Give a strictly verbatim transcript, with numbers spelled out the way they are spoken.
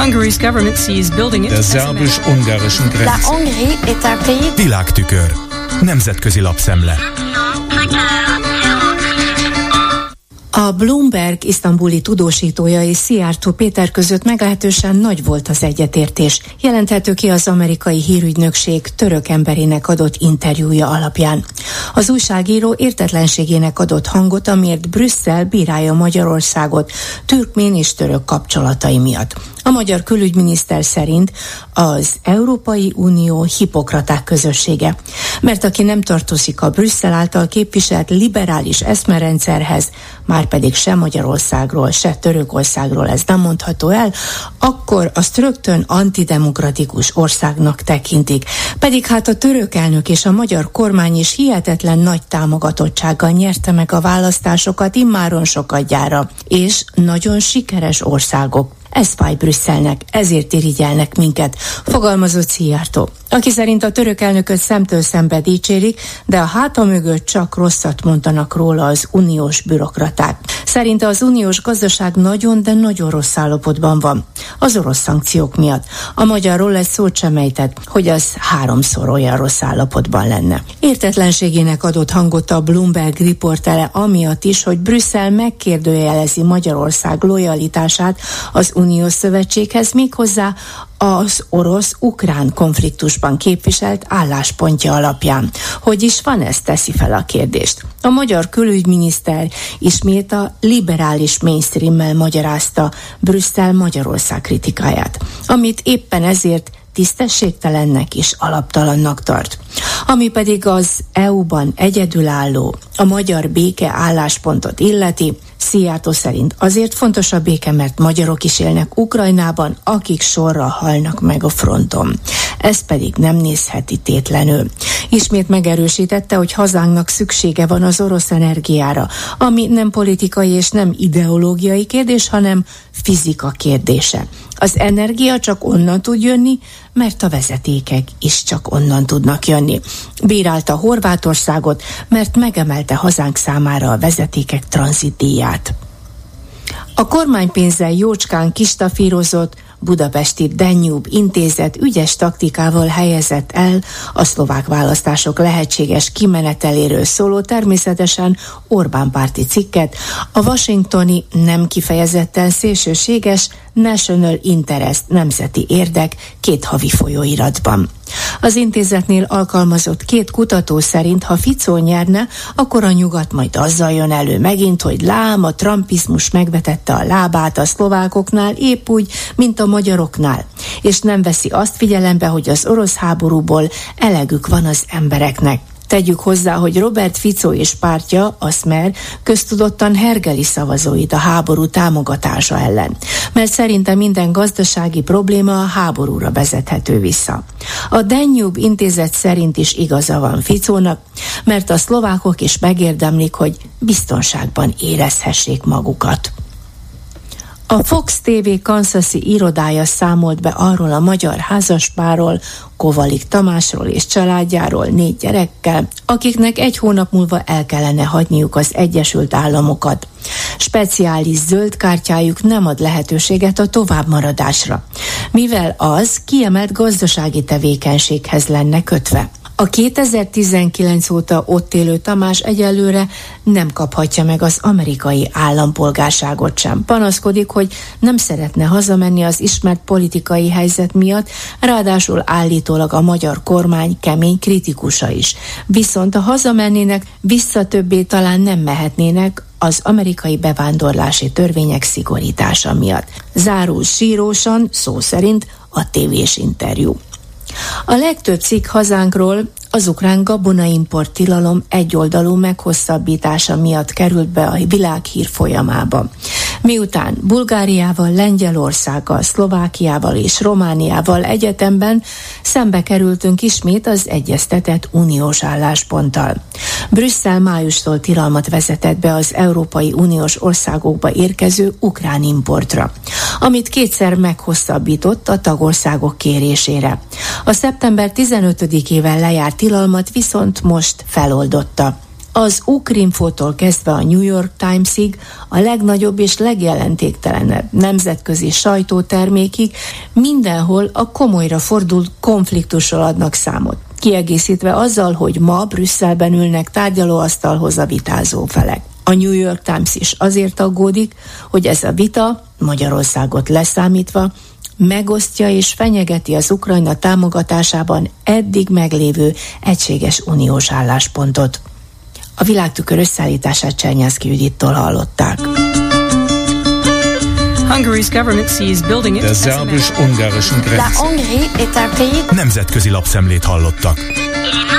Hungary's government sees building it. Der szerbus-ungarischen Grenze. La Hongrie est un pays. Világtükör. Nemzetközi lapszemle. A Bloomberg isztambuli tudósítója és Szijjártó Péter között meglehetősen nagy volt az egyetértés. Jelenthető ki az amerikai hírügynökség török emberének adott interjúja alapján. Az újságíró értetlenségének adott hangot, amiért Brüsszel bírálja Magyarországot türkmén és török kapcsolatai miatt. A magyar külügyminiszter szerint az Európai Unió hipokraták közössége, mert aki nem tartozik a Brüsszel által képviselt liberális eszmerendszerhez, már pedig se Magyarországról, se Törökországról ez nem mondható el, akkor azt rögtön antidemokratikus országnak tekintik. Pedig hát a török elnök és a magyar kormány is hihetetlen nagy támogatottsággal nyerte meg a választásokat immáron sokadjára, és nagyon sikeres országok. Ez fáj Brüsszelnek, ezért irigyelnek minket, fogalmazott Szijjártó, aki szerint a török elnököt szemtől szembe dicsérik, de a háta mögött csak rosszat mondanak róla az uniós bürokraták. Szerinte az uniós gazdaság nagyon, de nagyon rossz állapotban van. Az orosz szankciók miatt. A magyarról egy szót sem ejtett, hogy az háromszor olyan rossz állapotban lenne. Értetlenségének adott hangot a Bloomberg riportere amiatt is, hogy Brüsszel megkérdőjelezi Magyarország lojalitását az uniós szövetséghez, méghozzá az orosz-ukrán konfliktusban képviselt álláspontja alapján. Hogy is van ez, teszi fel a kérdést. A magyar külügyminiszter ismét a liberális mainstreammel magyarázta Brüsszel Magyarország kritikáját, amit éppen ezért tisztességtelennek és alaptalannak tart. Ami pedig az é u-ban egyedülálló, a magyar béke álláspontot illeti, Szijjártó szerint azért fontos a béke, mert magyarok is élnek Ukrajnában, akik sorra halnak meg a fronton. Ez pedig nem nézheti tétlenül. Ismét megerősítette, hogy hazánknak szüksége van az orosz energiára, ami nem politikai és nem ideológiai kérdés, hanem fizika kérdése. Az energia csak onnan tud jönni, mert a vezetékek is csak onnan tudnak jönni. Bírálta Horvátországot, mert megemelte hazánk számára a vezetékek tranzitdíját. A kormánypénzzel jócskán kistafírozott budapesti Danube intézet ügyes taktikával helyezett el a szlovák választások lehetséges kimeneteléről szóló, természetesen Orbán párti cikket a washingtoni nem kifejezetten szélsőséges National Interest nemzeti érdek két havi folyóiratban. Az intézetnél alkalmazott két kutató szerint, ha Fico nyerne, akkor a nyugat majd azzal jön elő megint, hogy lám, a trumpizmus megvetette a lábát a szlovákoknál épp úgy, mint a magyaroknál, és nem veszi azt figyelembe, hogy az orosz háborúból elegük van az embereknek. Tegyük hozzá, hogy Robert Fico és pártja, a Smer, köztudottan hergeli szavazóit a háború támogatása ellen, mert szerinte minden gazdasági probléma a háborúra vezethető vissza. A Danube intézet szerint is igaza van Ficónak, mert a szlovákok is megérdemlik, hogy biztonságban érezhessék magukat. A Fox té vé Kansasi irodája számolt be arról a magyar házaspárról, Kovalik Tamásról és családjáról négy gyerekkel, akiknek egy hónap múlva el kellene hagyniuk az Egyesült Államokat. Speciális zöld kártyájuk nem ad lehetőséget a továbbmaradásra, mivel az kiemelt gazdasági tevékenységhez lenne kötve. A kétezer-tizenkilenc óta ott élő Tamás egyelőre nem kaphatja meg az amerikai állampolgárságot sem. Panaszkodik, hogy nem szeretne hazamenni az ismert politikai helyzet miatt, ráadásul állítólag a magyar kormány kemény kritikusa is. Viszont ha hazamennének, visszatöbbé talán nem mehetnének az amerikai bevándorlási törvények szigorítása miatt. Zárul sírósan, szó szerint a tévés interjú. A legtöbb cikk hazánkról az ukrán gabonaimport tilalom egyoldalú meghosszabbítása miatt került be a világhír folyamába. Miután Bulgáriával, Lengyelországgal, Szlovákiával és Romániával egyetemben szembe kerültünk ismét az egyeztetett uniós állásponttal. Brüsszel májustól tilalmat vezetett be az Európai Uniós országokba érkező ukrán importra, amit kétszer meghosszabbított a tagországok kérésére. A szeptember tizenötödikével lejárt tilalmat viszont most feloldotta. Az Ukrinfótól kezdve a New York Timesig, a legnagyobb és legjelentéktelenebb nemzetközi sajtótermékig mindenhol a komolyra fordult konfliktusról adnak számot, kiegészítve azzal, hogy ma Brüsszelben ülnek tárgyalóasztalhoz a vitázó felek. A New York Times is azért aggódik, hogy ez a vita, Magyarországot leszámítva, megosztja és fenyegeti az Ukrajna támogatásában eddig meglévő egységes uniós álláspontot. A Világtükör összeállítását Csernyászki Judittól hallották. Hungary's government sees building it Der as szerbus-ungarischen La Grenze. Hongrie est un pays Nemzetközi lapszemlét hallottak.